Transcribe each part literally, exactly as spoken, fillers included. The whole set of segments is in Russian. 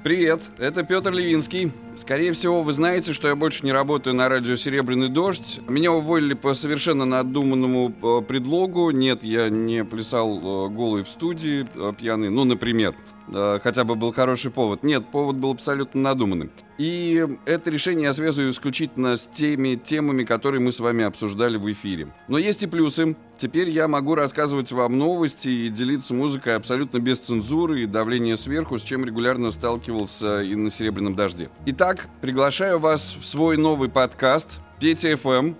Привет, это Петр Левинский. Скорее всего, вы знаете, что я больше не работаю на радио «Серебряный дождь». Меня уволили по совершенно надуманному э, предлогу. Нет, я не плясал э, голый в студии, э, пьяный, ну, например. Э, хотя бы был хороший повод. Нет, повод был абсолютно надуманным. И это решение я связываю исключительно с теми темами, которые мы с вами обсуждали в эфире. Но есть и плюсы. Теперь я могу рассказывать вам новости и делиться музыкой абсолютно без цензуры и давления сверху, с чем регулярно сталкивался и на «Серебряном дожде». Итак, приглашаю вас в свой новый подкаст «Петя эф эм».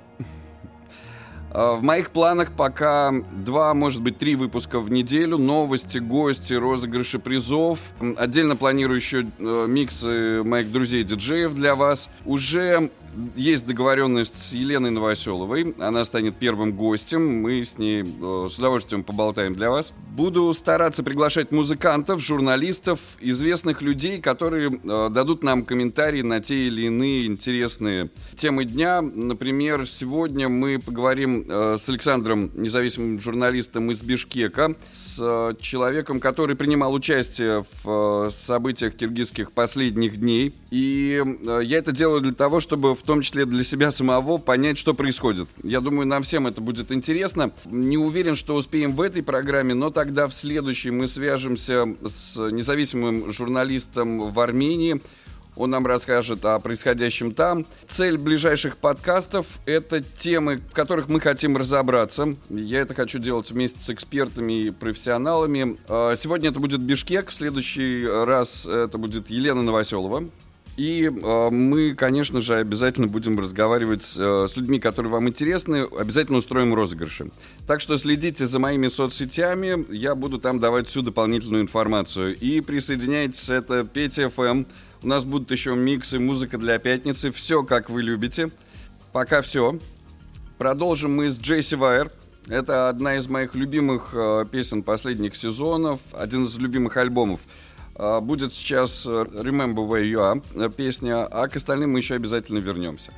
В моих планах пока два, может быть, три выпуска в неделю. Новости, гости, розыгрыши призов. Отдельно планирую еще миксы моих друзей-диджеев для вас. Уже есть договоренность с Еленой Новоселовой. Она станет первым гостем. Мы с ней э, с удовольствием поболтаем для вас. Буду стараться приглашать музыкантов, журналистов, известных людей, которые э, дадут нам комментарии на те или иные интересные темы дня. Например, сегодня мы поговорим э, с Александром, независимым журналистом из Бишкека, с э, человеком, который принимал участие в э, событиях киргизских последних дней. И э, я это делаю для того, чтобы в том числе для себя самого понять, что происходит. Я думаю, нам всем это будет интересно. Не уверен, что успеем в этой программе, но тогда в следующей мы свяжемся с независимым журналистом в Армении. Он нам расскажет о происходящем там. Цель ближайших подкастов — это темы, в которых мы хотим разобраться. Я это хочу делать вместе с экспертами и профессионалами. Сегодня это будет Бишкек, в следующий раз это будет Елена Новоселова. И э, мы, конечно же, обязательно будем разговаривать э, с людьми, которые вам интересны. Обязательно устроим розыгрыши. Так что следите за моими соцсетями. Я буду там давать всю дополнительную информацию. И присоединяйтесь, это Петя эф эм. У нас будут еще миксы, музыка для пятницы. Все, как вы любите. Пока все. Продолжим мы с Джесси Вайер. Это одна из моих любимых э, песен последних сезонов. Один из любимых альбомов. Будет сейчас Remember Where You Are песня, а к остальным мы еще обязательно вернемся.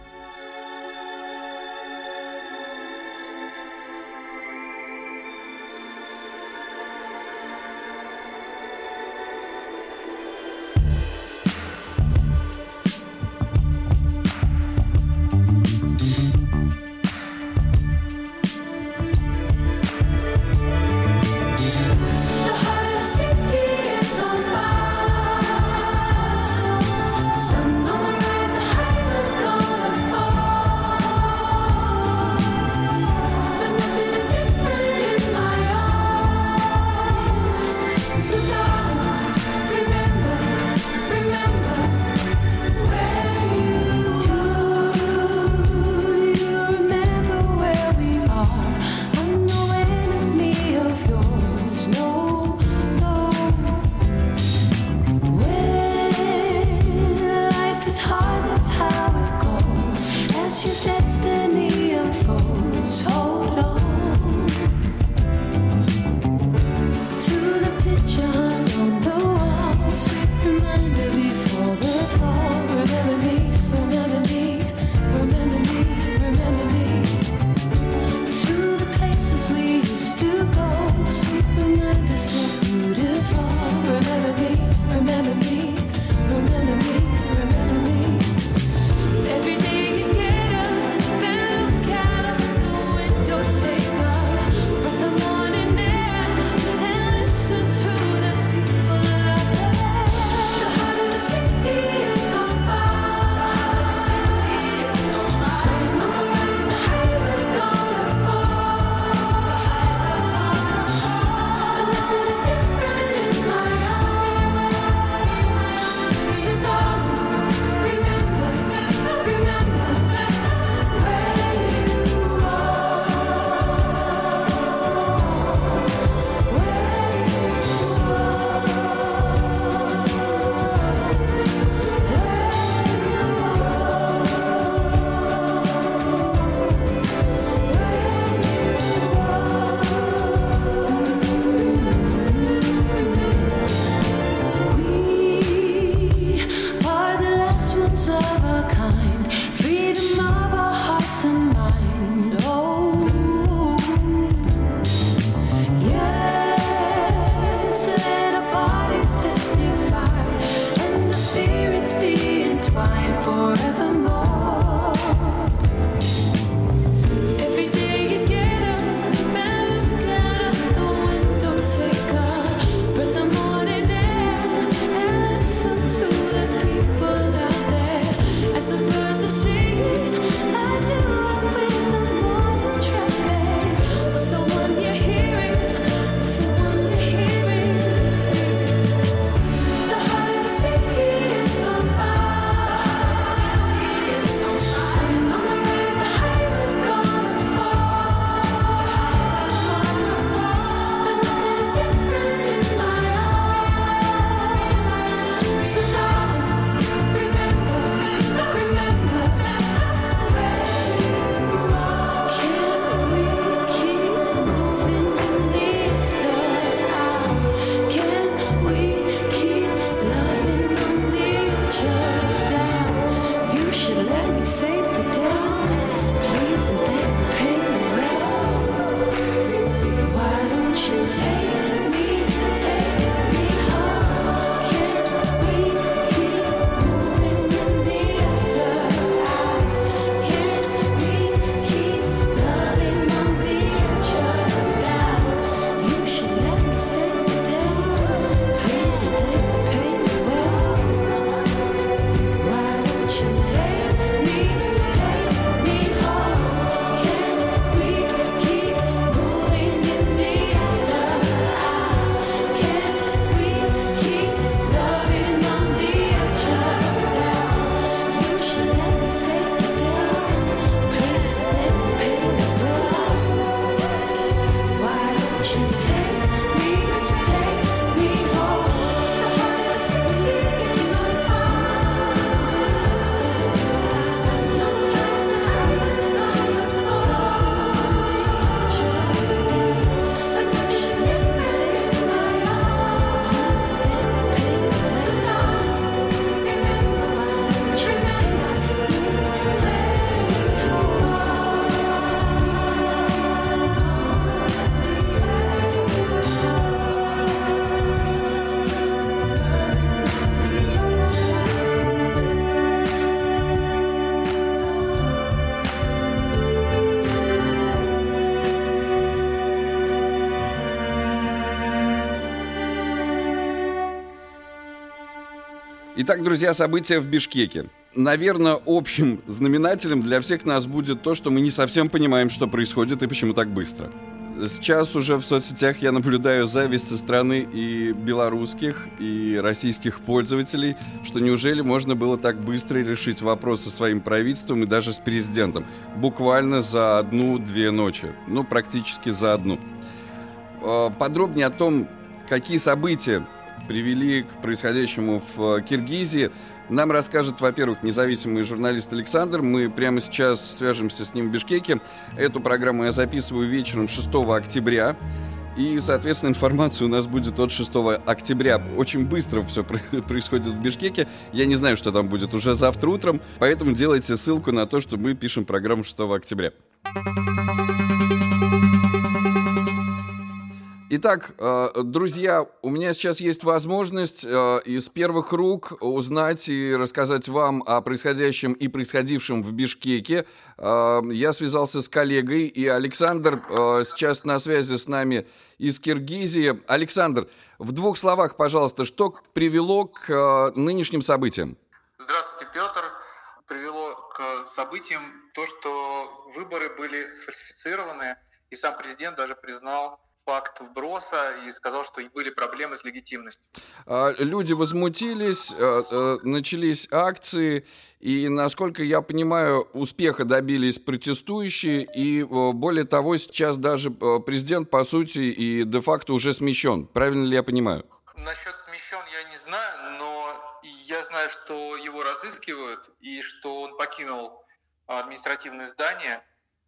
Sun on the rise, the highs are gonna Итак, друзья, события в Бишкеке. Наверное, общим знаменателем для всех нас будет то, что мы не совсем понимаем, что происходит и почему так быстро. Сейчас уже в соцсетях я наблюдаю зависть со стороны и белорусских, и российских пользователей, что неужели можно было так быстро решить вопрос со своим правительством и даже с президентом. Буквально за одну-две ночи. Ну, практически за одну. Подробнее о том, какие события привели к происходящему в Киргизии, нам расскажет, во-первых, независимый журналист Александр. Мы прямо сейчас свяжемся с ним в Бишкеке. Эту программу я записываю вечером шестого октября. И, соответственно, информация у нас будет от шестого октября. Очень быстро все происходит в Бишкеке. Я не знаю, что там будет уже завтра утром. Поэтому делайте ссылку на то, что мы пишем программу шестого октября. Итак, друзья, у меня сейчас есть возможность из первых рук узнать и рассказать вам о происходящем и происходившем в Бишкеке. Я связался с коллегой, и Александр сейчас на связи с нами из Киргизии. Александр, в двух словах, пожалуйста, что привело к нынешним событиям? Здравствуйте, Петр. Привело к событиям то, что выборы были сфальсифицированы, и сам президент даже признал факт вброса и сказал, что были проблемы с легитимностью. Люди возмутились, начались акции, и, насколько я понимаю, успеха добились протестующие, и, более того, сейчас даже президент, по сути, и де-факто уже смещен. Правильно ли я понимаю? Насчет смещен я не знаю, но я знаю, что его разыскивают, и что он покинул административное здание.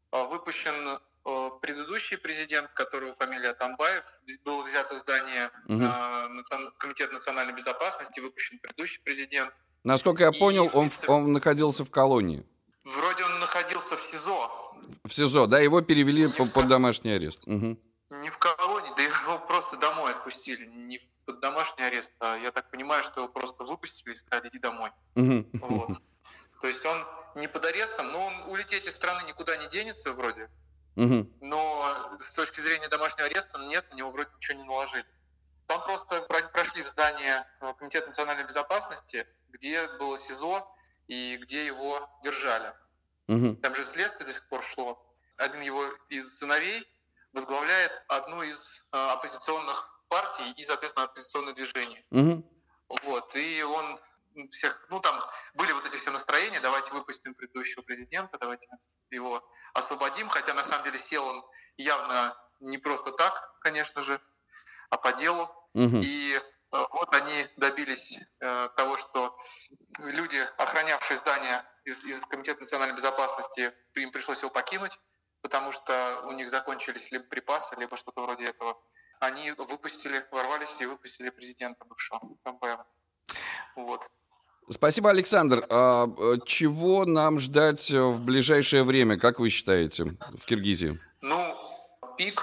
Выпущен предыдущий президент, которого фамилия Атамбаев, было взято здание, угу. э, Комитет национальной безопасности, выпущен предыдущий президент. Насколько я понял, он, он находился в колонии. Вроде он находился в СИЗО. В СИЗО, да, его перевели по, в... под домашний арест. Угу. Не в колонии, да его просто домой отпустили, не под домашний арест, а я так понимаю, что его просто выпустили и сказали, иди домой. Угу. Вот. То есть он не под арестом, но он улететь из страны никуда не денется вроде. Угу. Но с точки зрения домашнего ареста нет, на него вроде ничего не наложили. Там просто прошли в здание Комитета национальной безопасности, где было СИЗО и где его держали. Угу. Там же следствие до сих пор шло. Один его из сыновей возглавляет одну из э, оппозиционных партий и, соответственно, оппозиционное движение. Угу. Вот. И он всех, ну там были вот эти все настроения, давайте выпустим предыдущего президента, давайте его освободим, хотя на самом деле сел он явно не просто так, конечно же, а по делу. Угу. И э, вот они добились э, того, что люди, охранявшие здание из, из Комитета национальной безопасности, им пришлось его покинуть, потому что у них закончились либо припасы, либо что-то вроде этого. Они выпустили, ворвались и выпустили президента бывшего Атамбаева. Вот. Спасибо, Александр. А чего нам ждать в ближайшее время, как вы считаете, в Киргизии? Ну, пик,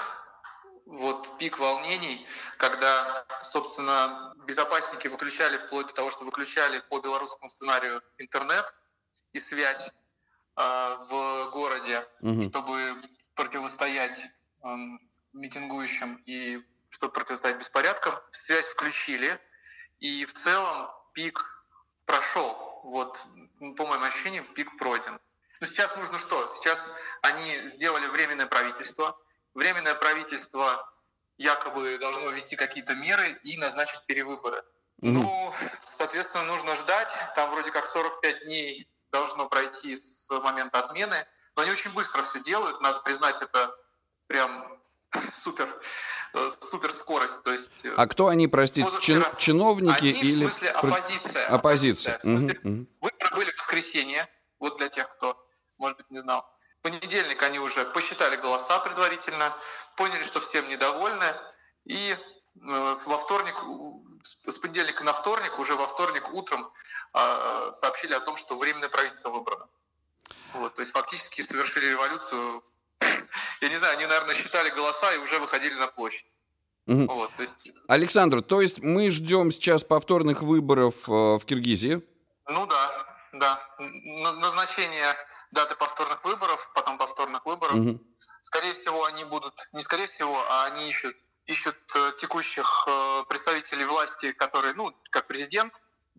вот пик волнений, когда, собственно, безопасники выключали, вплоть до того, что выключали по белорусскому сценарию интернет и связь э, в городе, угу. чтобы противостоять э, митингующим и чтобы противостоять беспорядкам. Связь включили, и в целом пик прошел. Вот, по моим ощущениям, пик пройден. Но сейчас нужно что? Сейчас они сделали временное правительство. Временное правительство якобы должно ввести какие-то меры и назначить перевыборы. Mm-hmm. Ну, соответственно, нужно ждать. Там вроде как сорок пять дней должно пройти с момента отмены. Но они очень быстро все делают. Надо признать, это прям супер, супер скорость. То есть, а кто они, простите, чин, чиновники они, или... в смысле оппозиция. Оппозиция. оппозиция. В смысле, угу. Выборы были в воскресенье, вот для тех, кто, может быть, не знал. В понедельник они уже посчитали голоса предварительно, поняли, что всем недовольны, и во вторник, с понедельника на вторник, уже во вторник утром сообщили о том, что временное правительство выбрано. Вот, то есть фактически совершили революцию. Я не знаю, они, наверное, считали голоса и уже выходили на площадь. Угу. Вот, то есть... Александр, то есть мы ждем сейчас повторных выборов э, в Киргизии? Ну да, да. Назначение даты повторных выборов, потом повторных выборов. Угу. Скорее всего, они будут, не скорее всего, а они ищут, ищут текущих представителей власти, которые, ну, как президент,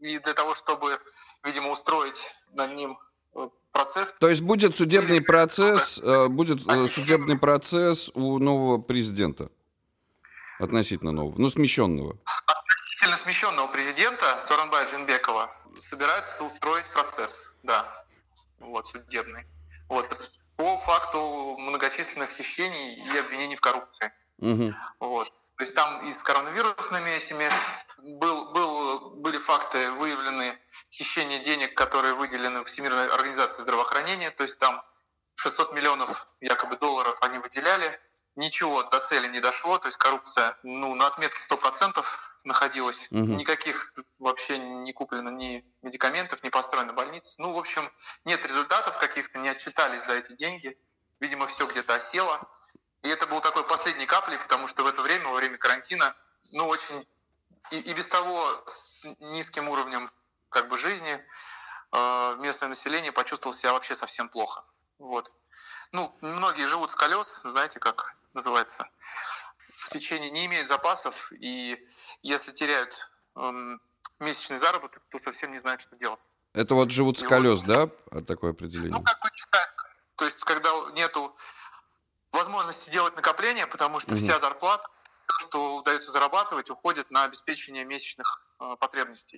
и для того, чтобы, видимо, устроить над ним процесс. То есть будет судебный процесс, будет судебный процесс у нового президента, относительно нового, ну, смещенного. Относительно смещенного президента Сооронбая Джинбекова собираются устроить процесс, да, вот, судебный. Вот, по факту многочисленных хищений и обвинений в коррупции. Угу. Вот. То есть там и с коронавирусными этими был, был, были факты выявлены хищения денег, которые выделены Всемирной организацией здравоохранения. То есть там шестьсот миллионов якобы долларов они выделяли. Ничего до цели не дошло. То есть коррупция ну, на отметке сто процентов находилась. Угу. Никаких вообще не куплено ни медикаментов, не построена больница. Ну, в общем, нет результатов каких-то, не отчитались за эти деньги. Видимо, все где-то осело. И это был такой последней каплей, потому что в это время, во время карантина, ну, очень и, и без того с низким уровнем как бы жизни э, местное население почувствовало себя вообще совсем плохо. Вот. Ну, многие живут с колес, знаете, как называется, в течение не имеют запасов, и если теряют э, месячный заработок, то совсем не знают, что делать. Это вот живут с и колес, вот, да? Такое определение? Ну, как бы сказать, то есть, когда нету возможности делать накопления, потому что угу. вся зарплата, что удается зарабатывать, уходит на обеспечение месячных э, потребностей.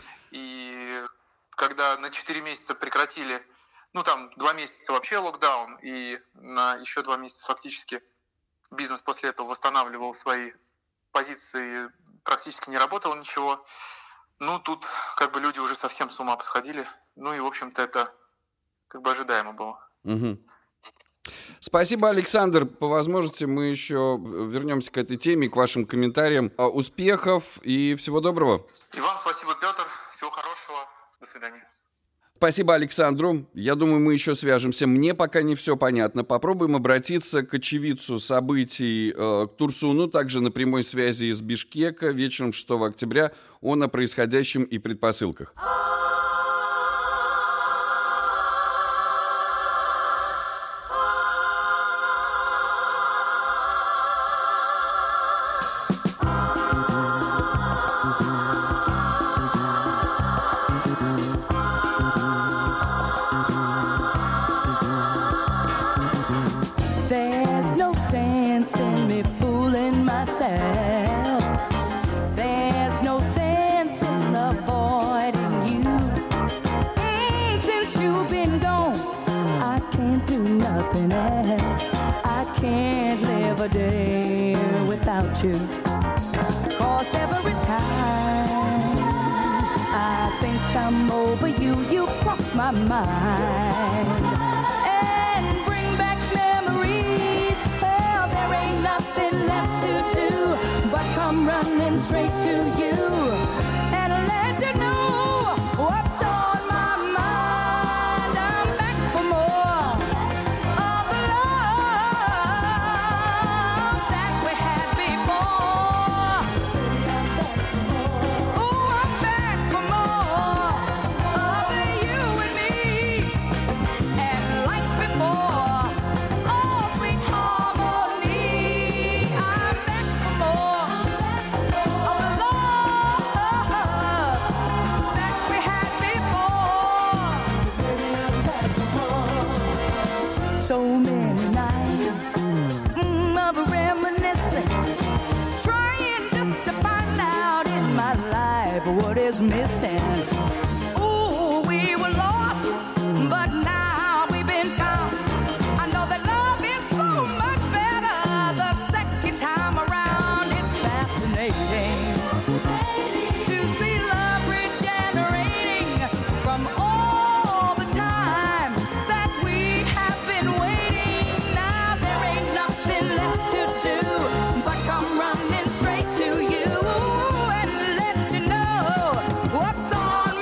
И когда на четыре месяца прекратили, ну там два месяца вообще локдаун, и на еще два месяца фактически бизнес после этого восстанавливал свои позиции, практически не работало ничего, ну тут как бы люди уже совсем с ума посходили. Ну и в общем-то это как бы ожидаемо было. Угу. Спасибо, Александр. По возможности мы еще вернемся к этой теме, к вашим комментариям. Успехов и всего доброго. И вам спасибо, Петр. Всего хорошего. До свидания. Спасибо Александру. Я думаю, мы еще свяжемся. Мне пока не все понятно. Попробуем обратиться к очевидцу событий, э, к Турсуну, также на прямой связи из Бишкека. Вечером шестого октября он о происходящем и предпосылках. What's on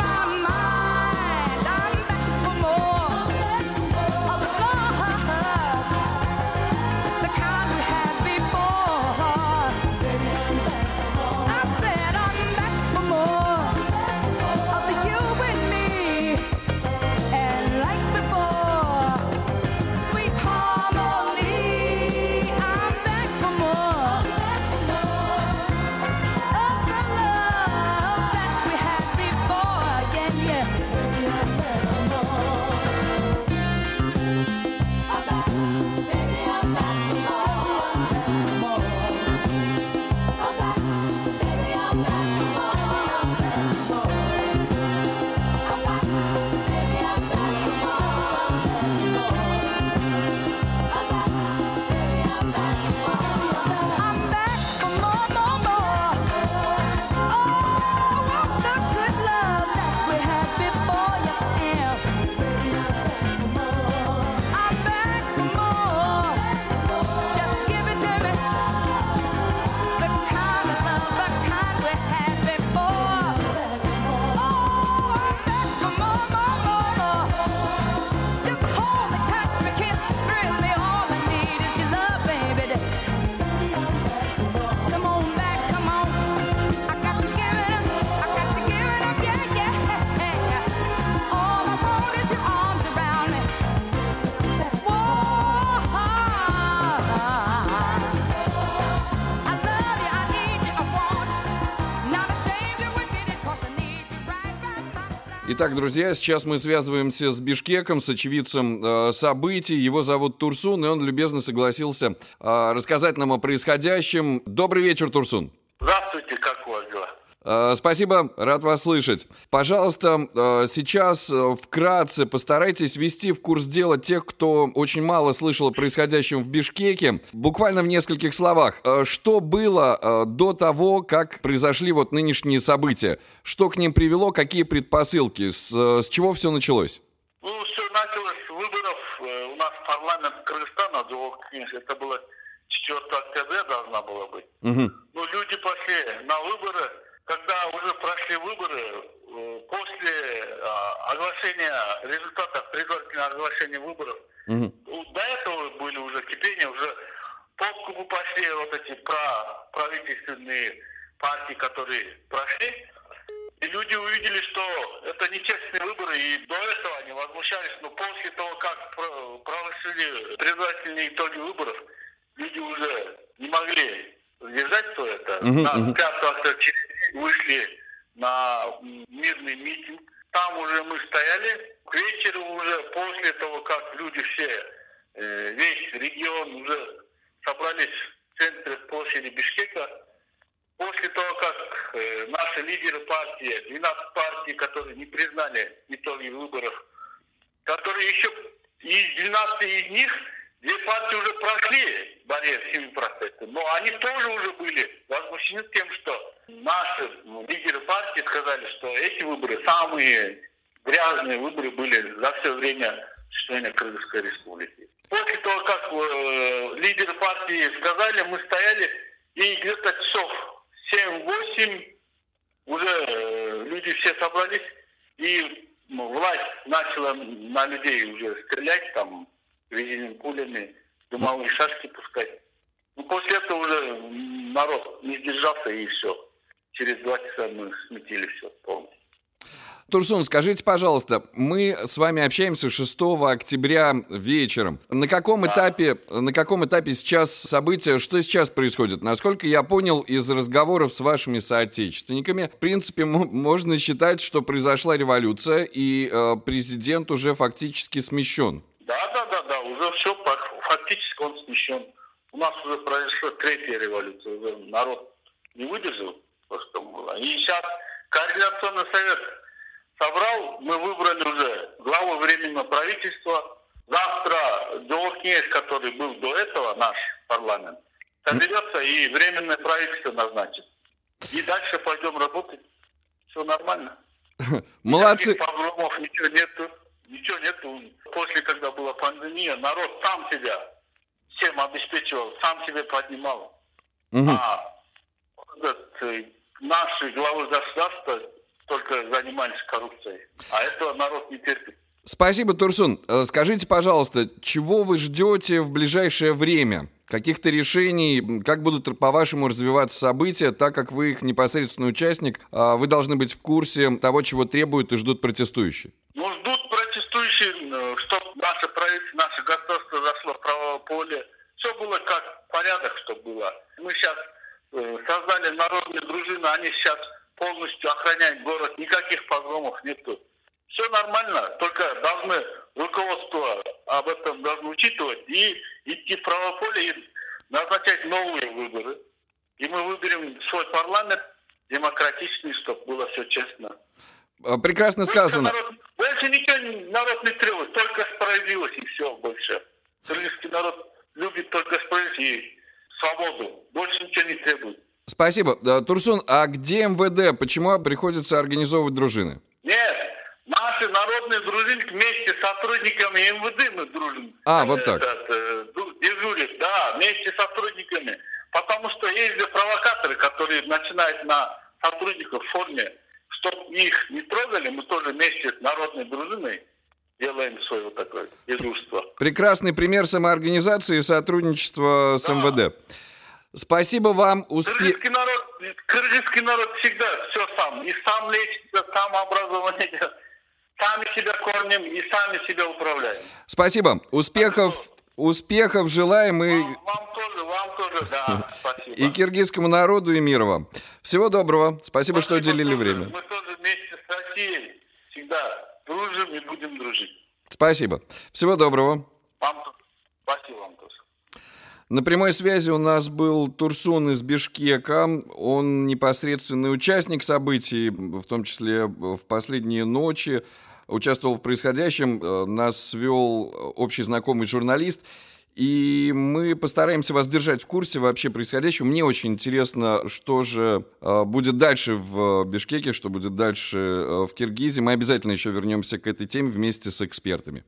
Итак, друзья, сейчас мы связываемся с Бишкеком, с очевидцем э, событий. Его зовут Турсун, и он любезно согласился э, рассказать нам о происходящем. Добрый вечер, Турсун. Здравствуйте, как у вас дела? Э, спасибо, рад вас слышать. Пожалуйста, э, сейчас э, вкратце постарайтесь ввести в курс дела тех, кто очень мало слышал о происходящем в Бишкеке. Буквально в нескольких словах. Э, что было э, до того, как произошли вот нынешние события? Что к ним привело, какие предпосылки? С, э, с чего все началось? Ну, все началось с выборов. У нас парламент Кыргызстана, это было четвёртого октября должна была быть. Угу. Ну, люди пошли на выборы. Когда уже прошли выборы, после оглашения результатов, предварительного оглашения выборов, угу. до этого были уже кипения, уже подкупу пошли вот эти правительственные партии, которые прошли. И люди увидели, что это нечестные выборы, и до этого они возмущались, но после того, как прошли предварительные итоги выборов, люди уже не могли сдержать все это. Uh-huh, на uh-huh. пятого октября вышли на мирный митинг. Там уже мы стояли. К вечеру уже после того, как люди все, весь регион уже собрались в центре площади Бишкека, после того, как наши лидеры партии, двенадцать партий, которые не признали итоги выборов, которые еще из двенадцати из них две партии уже прошли барьер семь процентов, но они тоже уже были возмущены тем, что наши лидеры партии сказали, что эти выборы самые грязные выборы были за все время существования Кыргызской республики. После того, как э, лидеры партии сказали, мы стояли, и где-то часов семь-восемь уже э, люди все собрались, и ну, власть начала на людей уже стрелять, там, резиновыми пулями, дымовые шашки пускать. Ну, после этого уже народ не сдержался, и все. Через два часа мы сметили все полностью. Турсун, скажите, пожалуйста, мы с вами общаемся шестого октября вечером. На каком да. этапе, на каком этапе сейчас события, что сейчас происходит? Насколько я понял из разговоров с вашими соотечественниками, в принципе, м- можно считать, что произошла революция, и э, президент уже фактически смещен. Да, да, да, да, уже все, фактически он смещен. У нас уже произошла третья революция, уже народ не выдержал то, что было. И сейчас Координационный совет собрал, мы выбрали уже главу Временного правительства. Завтра Джоуркнеев, который был до этого, наш парламент, соберется и Временное правительство назначит. И дальше пойдем работать. Все нормально. Молодцы. Никаких погромов, ничего нету. Ничего нету. После, когда была пандемия, народ сам себя всем обеспечивал, сам себя поднимал. Угу. А этот, наши главы государства только занимались коррупцией. А этого народ не терпит. Спасибо, Турсун. Скажите, пожалуйста, чего вы ждете в ближайшее время? Каких-то решений, как будут, по-вашему, развиваться события, так как вы их непосредственный участник, вы должны быть в курсе того, чего требуют и ждут протестующие? Ну, ждут протестующие, чтобы наше правительство, наше государство зашло в правовое поле. Все было как порядок, что было. Мы сейчас создали народные дружины, они сейчас полностью охраняют город, никаких погромов нету. Все нормально, только должны, руководство об этом должно учитывать и идти в правовое поле и назначать новые выборы. И мы выберем свой парламент демократичный, чтобы было все честно. Прекрасно больше сказано. Народ, больше ничего народ не требует, только справедливость и все больше. Кыргызский народ любит только справедливость и свободу, больше ничего не требует. Спасибо. Турсун, а где эм вэ дэ? Почему приходится организовывать дружины? Нет, наши народные дружины вместе с сотрудниками эм вэ дэ мы дружим. А, вот так. Этот, дежурят, да, вместе с сотрудниками. Потому что есть же провокаторы, которые начинают на сотрудников в форме, чтобы их не трогали, мы тоже вместе с народной дружиной делаем свое вот такое дежурство. Прекрасный пример самоорганизации и сотрудничества с да. эм вэ дэ. Спасибо вам. Успе... Кыргызский народ, кыргызский народ всегда все сам. И сам лечится, сам образование, сами себя кормим и сами себя управляем. Спасибо. Успехов, успехов желаем. И... Вам, вам тоже, вам тоже, да, спасибо. И киргизскому народу, и мира вам. Всего доброго. Спасибо, спасибо что уделили тоже. время. Мы тоже вместе с Россией всегда всегда дружим и будем дружить. Спасибо. Всего доброго. Вам спасибо вам тоже. На прямой связи у нас был Турсун из Бишкека. Он непосредственный участник событий, в том числе в последние ночи. Участвовал в происходящем. Нас свел общий знакомый журналист. И мы постараемся вас держать в курсе вообще происходящего. Мне очень интересно, что же будет дальше в Бишкеке, что будет дальше в Киргизии. Мы обязательно еще вернемся к этой теме вместе с экспертами.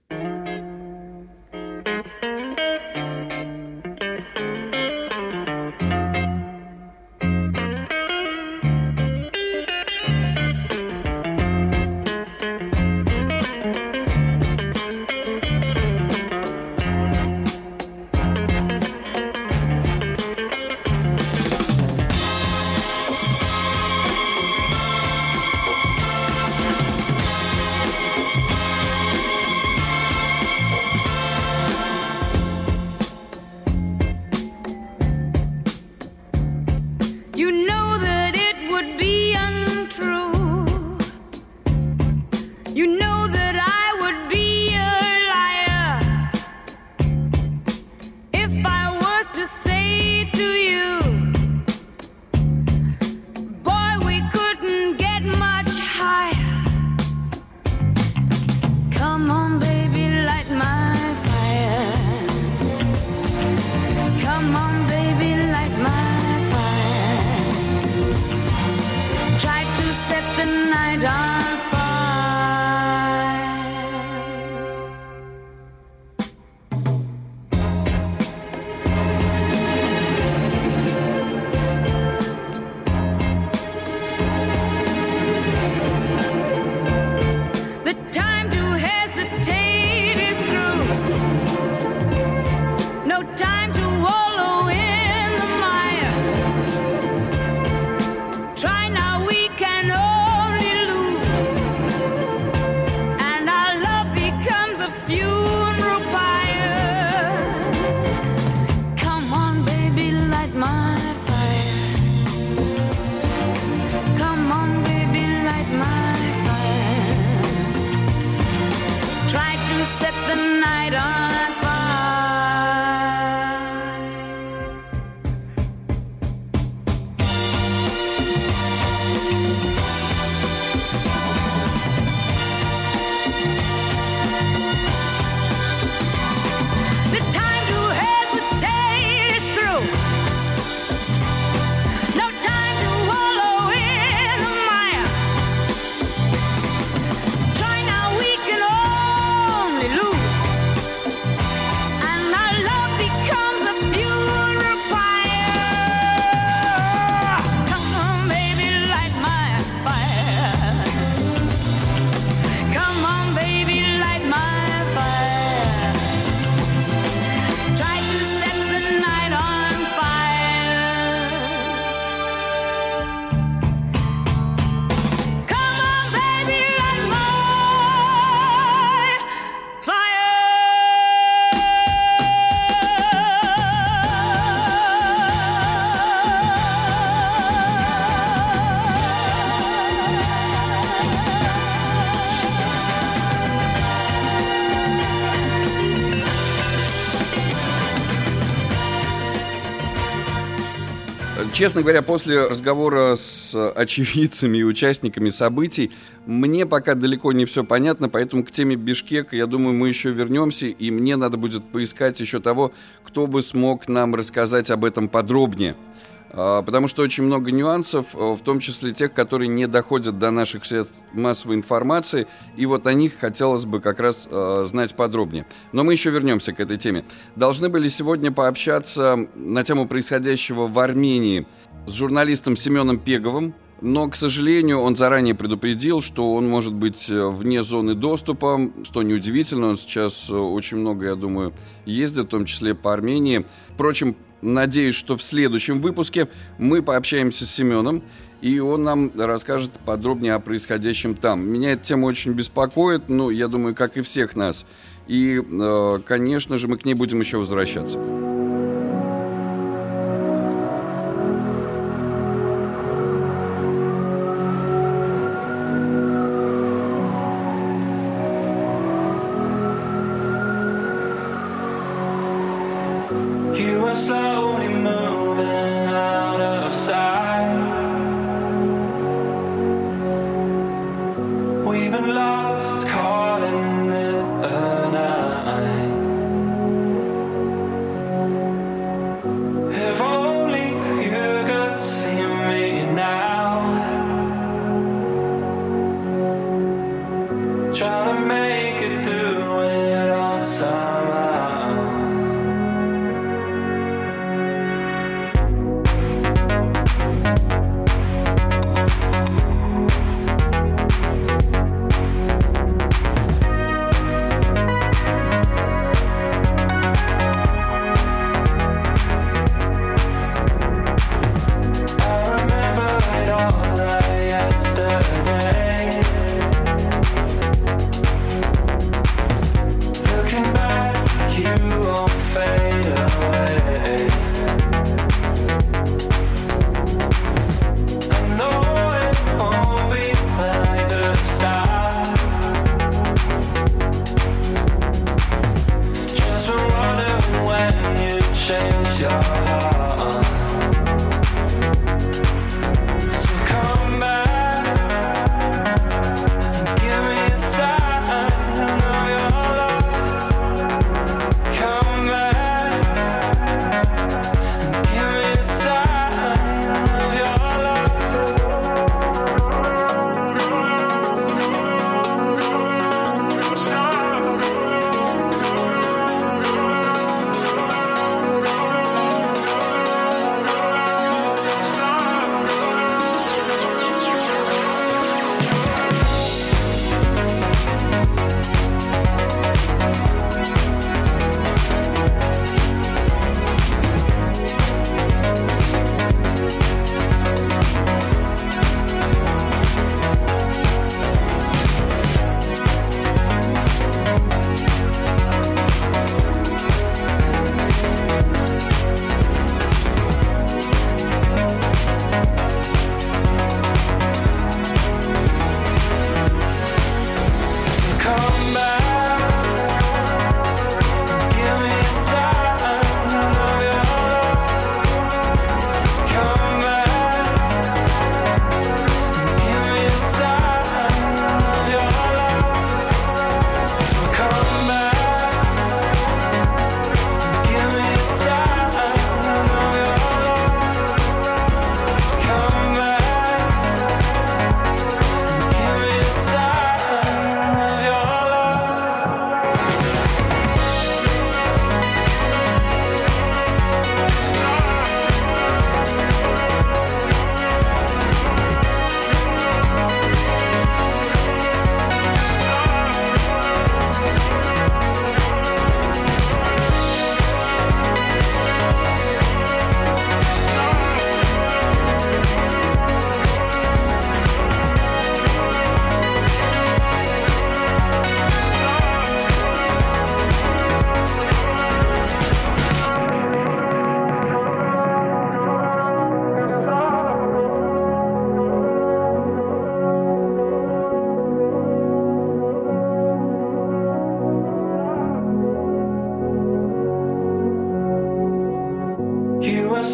Честно говоря, после разговора с очевидцами и участниками событий мне пока далеко не все понятно, поэтому к теме Бишкека, я думаю, мы еще вернемся, и мне надо будет поискать еще того, кто бы смог нам рассказать об этом подробнее. Потому что очень много нюансов, в том числе тех, которые не доходят до наших средств массовой информации, и вот о них хотелось бы как раз э, знать подробнее. Но мы еще вернемся к этой теме. Должны были сегодня пообщаться на тему происходящего в Армении с журналистом Семеном Пеговым, но, к сожалению, он заранее предупредил, что он может быть вне зоны доступа, что неудивительно, он сейчас очень много, я думаю, ездит, в том числе по Армении. Впрочем, надеюсь, что в следующем выпуске мы пообщаемся с Семеном, и он нам расскажет подробнее о происходящем там. Меня эта тема очень беспокоит, ну, я думаю, как и всех нас. И, э, конечно же, мы к ней будем еще возвращаться.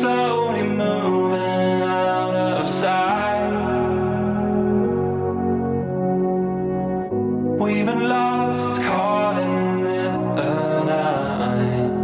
slowly moving out of sight. We've been lost, calling it a night.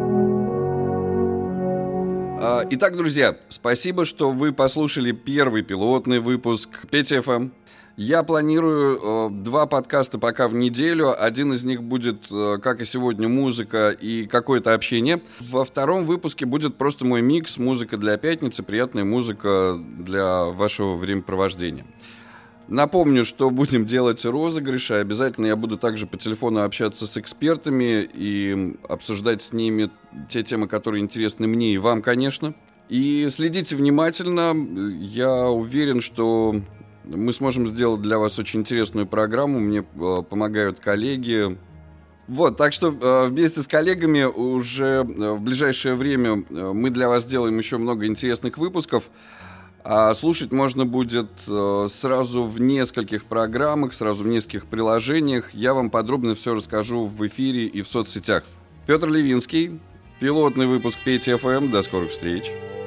Итак, друзья, спасибо, что вы послушали первый пилотный выпуск Петя эф эм. Я планирую э, два подкаста пока в неделю. Один из них будет, э, как и сегодня, музыка и какое-то общение. Во втором выпуске будет просто мой микс, музыка для пятницы, приятная музыка для вашего времяпровождения. Напомню, что будем делать розыгрыши. Обязательно я буду также по телефону общаться с экспертами и обсуждать с ними те темы, которые интересны мне и вам, конечно. И следите внимательно. Я уверен, что мы сможем сделать для вас очень интересную программу. Мне э, помогают коллеги. Вот, так что э, вместе с коллегами уже в ближайшее время мы для вас сделаем еще много интересных выпусков. А слушать можно будет э, сразу в нескольких программах, сразу в нескольких приложениях. Я вам подробно все расскажу в эфире и в соцсетях. Петр Левинский, пилотный выпуск Петя эф эм. До скорых встреч.